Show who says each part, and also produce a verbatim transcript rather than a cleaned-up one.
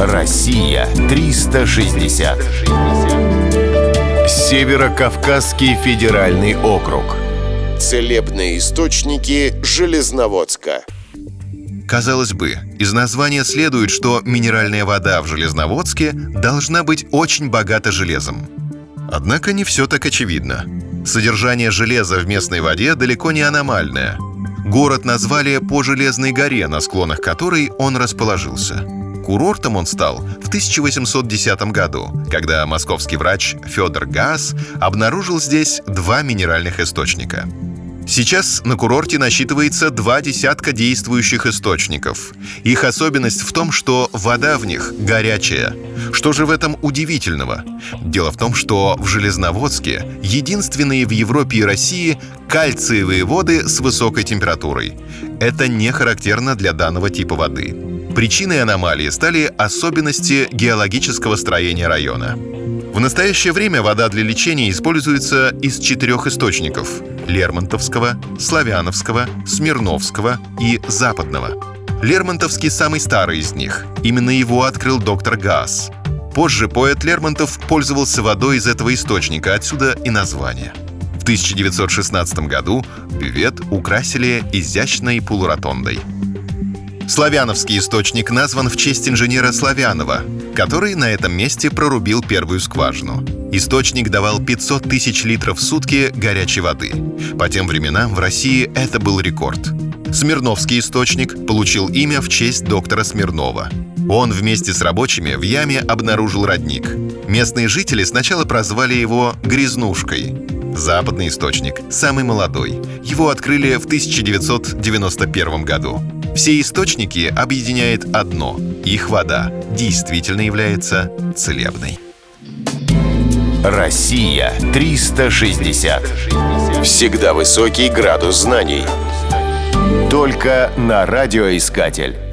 Speaker 1: Россия триста шестьдесят. Северо-Кавказский федеральный округ. Целебные источники Железноводска.
Speaker 2: Казалось бы, из названия следует, что минеральная вода в Железноводске должна быть очень богата железом. Однако не все так очевидно. Содержание железа в местной воде далеко не аномальное. Город назвали по Железной горе, на склонах которой он расположился. Курортом он стал в тысяча восемьсот десятом году, когда московский врач Федор Гаас обнаружил здесь два минеральных источника. Сейчас на курорте насчитывается два десятка действующих источников. Их особенность в том, что вода в них горячая. Что же в этом удивительного? Дело в том, что в Железноводске единственные в Европе и России кальциевые воды с высокой температурой. Это не характерно для данного типа воды. Причиной аномалии стали особенности геологического строения района. В настоящее время вода для лечения используется из четырех источников – Лермонтовского, Славяновского, Смирновского и Западного. Лермонтовский самый старый из них. Именно его открыл доктор Гаас. Позже поэт Лермонтов пользовался водой из этого источника, отсюда и название. В тысяча девятьсот шестнадцатом году бювет украсили изящной полуротондой. Славяновский источник назван в честь инженера Славянова, который на этом месте прорубил первую скважину. Источник давал пятьсот тысяч литров в сутки горячей воды. По тем временам в России это был рекорд. Смирновский источник получил имя в честь доктора Смирнова. Он вместе с рабочими в яме обнаружил родник. Местные жители сначала прозвали его «Грязнушкой». Западный источник, самый молодой. Его открыли в тысяча девятьсот девяносто первом году. Все источники объединяет одно – их вода действительно является целебной.
Speaker 1: Россия триста шестьдесят. Всегда высокий градус знаний. Только на радиоискатель.